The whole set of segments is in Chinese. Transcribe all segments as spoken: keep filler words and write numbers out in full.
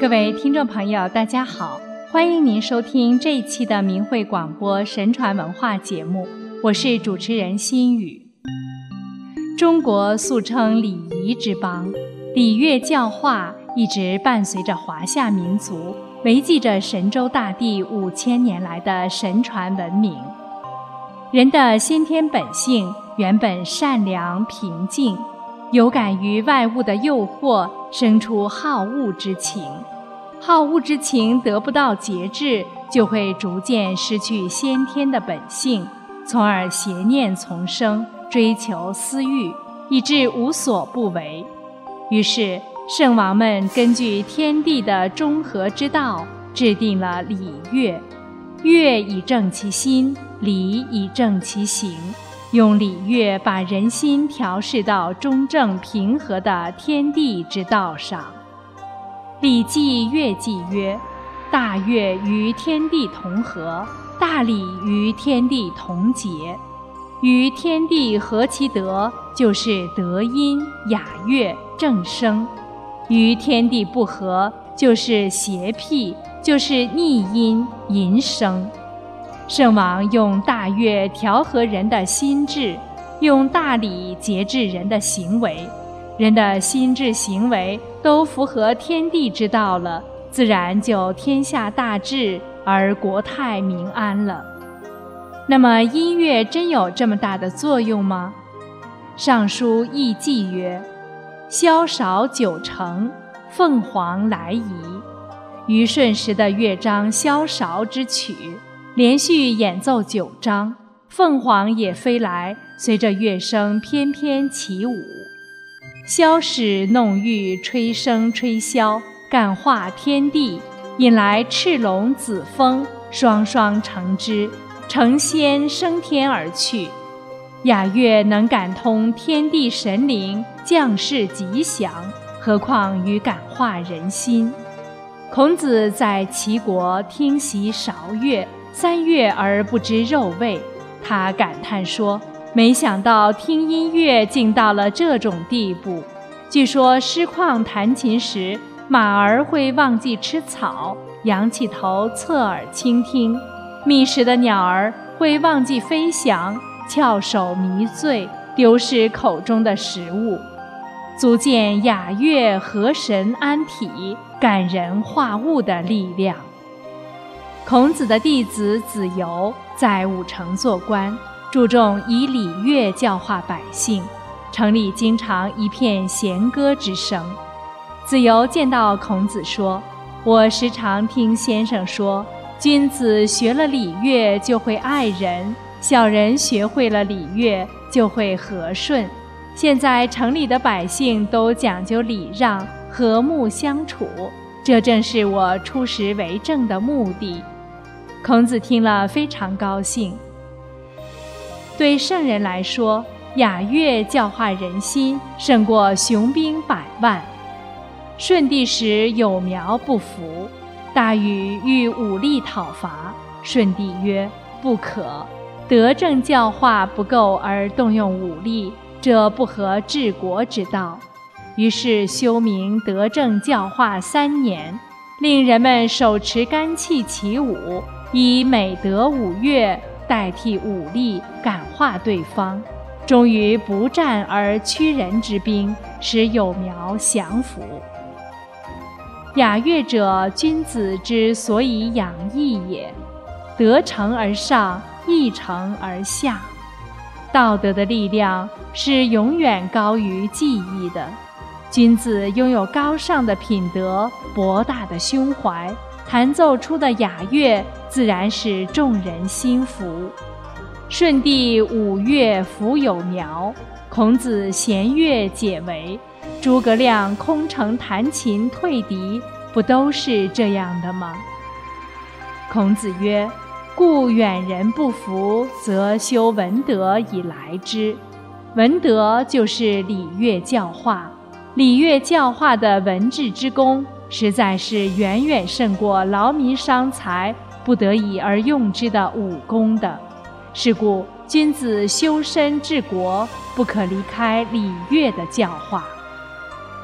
各位听众朋友，大家好，欢迎您收听这一期的明慧广播神传文化节目，我是主持人心雨。中国素称礼仪之邦，礼乐教化一直伴随着华夏民族，维系着神州大地五千年来的神传文明。人的先天本性原本善良平静，有感于外物的诱惑，生出好恶之情。好恶之情得不到节制，就会逐渐失去先天的本性，从而邪念丛生，追求私欲，以致无所不为。于是圣王们根据天地的中和之道，制定了礼乐，乐以正其心，礼以正其行，用礼乐把人心调试到中正平和的天地之道上。礼记乐记曰：大乐与天地同和，大礼与天地同节。与天地合其德，就是德音雅乐正声；与天地不合，就是邪僻，就是逆音淫声。圣王用大乐调和人的心智，用大礼节制人的行为，人的心智行为都符合天地之道了，自然就天下大治而国泰民安了。那么音乐真有这么大的作用吗？尚书易记曰：萧韶九成，凤凰来仪。虞舜时的乐章萧韶之曲，连续演奏九章，凤凰也飞来，随着乐声翩翩起舞。萧史弄玉，吹笙吹箫，感化天地，引来赤龙紫蜂，双双成之，成仙升天而去。雅乐能感通天地神灵，降世吉祥，何况于感化人心。孔子在齐国听习韶乐，三月而不知肉味，他感叹说，没想到听音乐竟到了这种地步。据说师旷弹琴时，马儿会忘记吃草，仰起头侧耳倾听；觅食的鸟儿会忘记飞翔，翘首迷醉，丢失口中的食物。足见雅乐和神安体，感人化物的力量。孔子的弟子子游在武城做官，注重以礼乐教化百姓，城里经常一片弦歌之声。子游见到孔子说，我时常听先生说，君子学了礼乐就会爱人，小人学会了礼乐就会和顺。现在城里的百姓都讲究礼让，和睦相处，这正是我出使为政的目的。孔子听了非常高兴。对圣人来说，雅乐教化人心，胜过雄兵百万。舜帝时有苗不服，大禹欲武力讨伐，舜帝曰：不可，德政教化不够而动用武力，这不合治国之道。于是修明德政教化三年，令人们手持干器起舞，以美德舞乐代替武力，感化对方，终于不战而屈人之兵，使有苗降服。雅乐者，君子之所以养逸也，德成而上，义成而下。道德的力量是永远高于技艺的。君子拥有高尚的品德，博大的胸怀，弹奏出的雅乐自然使众人心服。舜帝舞乐服有苗，孔子弦乐解围，诸葛亮空城弹琴退敌，不都是这样的吗？孔子曰：故远人不服，则修文德以来之。文德就是礼乐教化，礼乐教化的文治之功，实在是远远胜过劳民伤财不得已而用之的武功的。是故君子修身治国，不可离开礼乐的教化。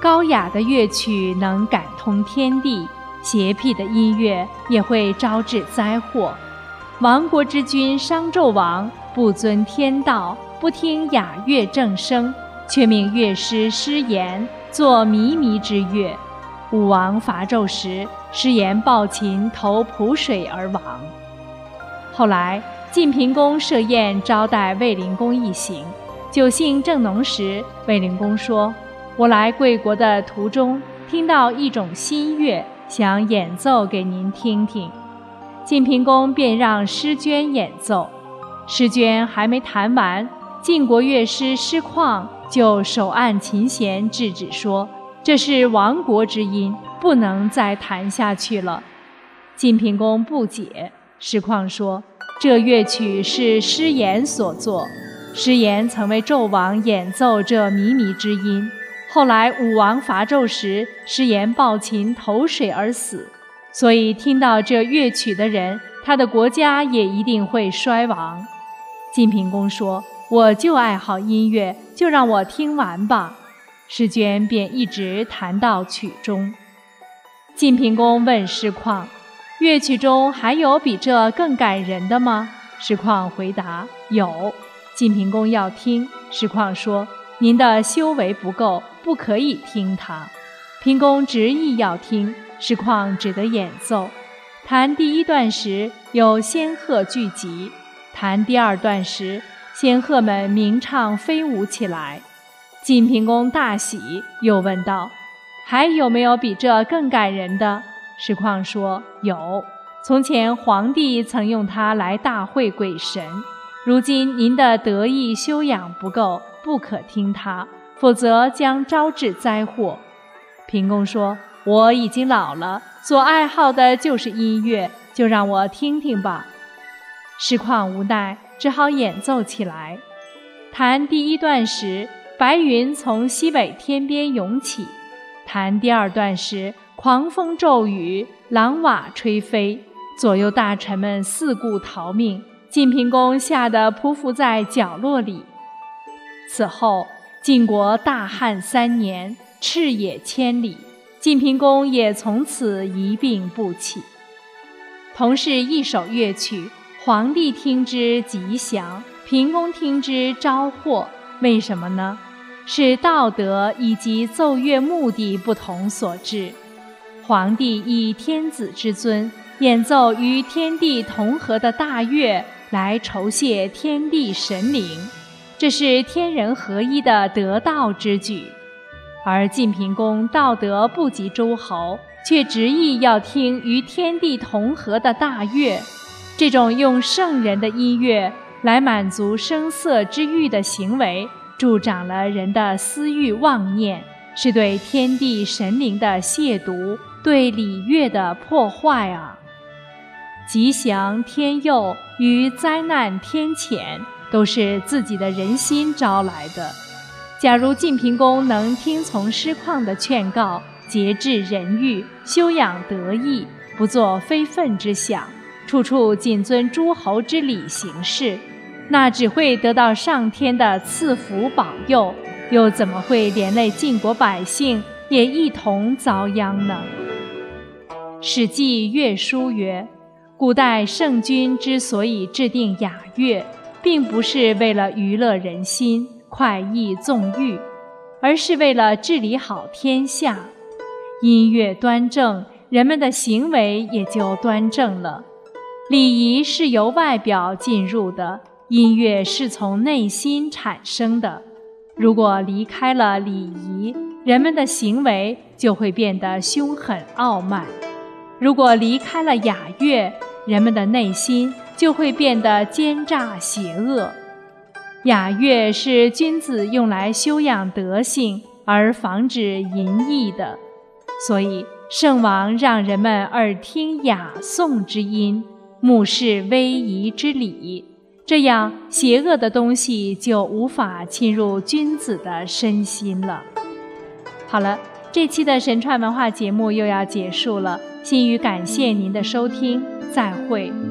高雅的乐曲能感通天地，邪僻的音乐也会招致灾祸。亡国之君商纣王不遵天道，不听雅乐正声，却命乐师师言作靡靡之乐。武王伐纣时，师言抱琴投濮水而亡。后来晋平公设宴招待卫灵公一行，酒兴正浓时，卫灵公说：我来贵国的途中，听到一种新乐，想演奏给您听听。晋平公便让师娟演奏。师娟还没弹完，晋国乐师师旷就手按琴弦制止说：这是亡国之音，不能再弹下去了。晋平公不解，师旷说：这乐曲是师言所作，师言曾为纣王演奏这靡靡之音，后来武王伐纣时，师言抱琴投水而死，所以听到这乐曲的人，他的国家也一定会衰亡。晋平公说：我就爱好音乐，就让我听完吧。师娟便一直弹到曲中。晋平公问师旷：乐曲中还有比这更感人的吗？师旷回答：有。晋平公要听，师旷说：您的修为不够，不可以听它。平公执意要听，师旷只得演奏。弹第一段时，有仙鹤聚集；弹第二段时，仙鹤们鸣唱飞舞起来。晋平公大喜，又问道：还有没有比这更感人的？师旷说：有。从前皇帝曾用它来大会鬼神，如今您的德艺修养不够，不可听它，否则将招致灾祸。平公说：我已经老了，所爱好的就是音乐，就让我听听吧。师旷无奈，只好演奏起来。弹第一段时，白云从西北天边涌起；弹第二段时，狂风骤雨，狼瓦吹飞，左右大臣们四顾逃命，晋平公吓得匍匐在角落里。此后晋国大旱三年，赤野千里，晋平公也从此一病不起。同是一首乐曲，皇帝听之吉祥，平公听之招祸，为什么呢？是道德以及奏乐目的不同所致。皇帝以天子之尊，演奏与天地同和的大乐来酬谢天地神灵，这是天人合一的得道之举。而晋平公道德不及诸侯，却执意要听与天地同和的大乐，这种用圣人的音乐来满足声色之欲的行为，助长了人的私欲妄念，是对天地神灵的亵渎，对礼乐的破坏啊！吉祥天佑与灾难天谴，都是自己的人心招来的。假如晋平公能听从师旷的劝告，节制人欲，修养德艺，不做非分之想，处处谨遵诸侯之礼行事，那只会得到上天的赐福保佑，又怎么会连累晋国百姓也一同遭殃呢？史记乐书曰：古代圣君之所以制定雅乐，并不是为了娱乐人心、快意纵欲，而是为了治理好天下。音乐端正，人们的行为也就端正了。礼仪是由外表进入的，音乐是从内心产生的。如果离开了礼仪，人们的行为就会变得凶狠傲慢；如果离开了雅乐，人们的内心就会变得奸诈邪恶。雅乐是君子用来修养德性而防止淫逸的，所以圣王让人们耳听雅颂之音，目视威仪之礼，这样邪恶的东西就无法侵入君子的身心了。好了，这期的神传文化节目又要结束了，心语感谢您的收听，再会。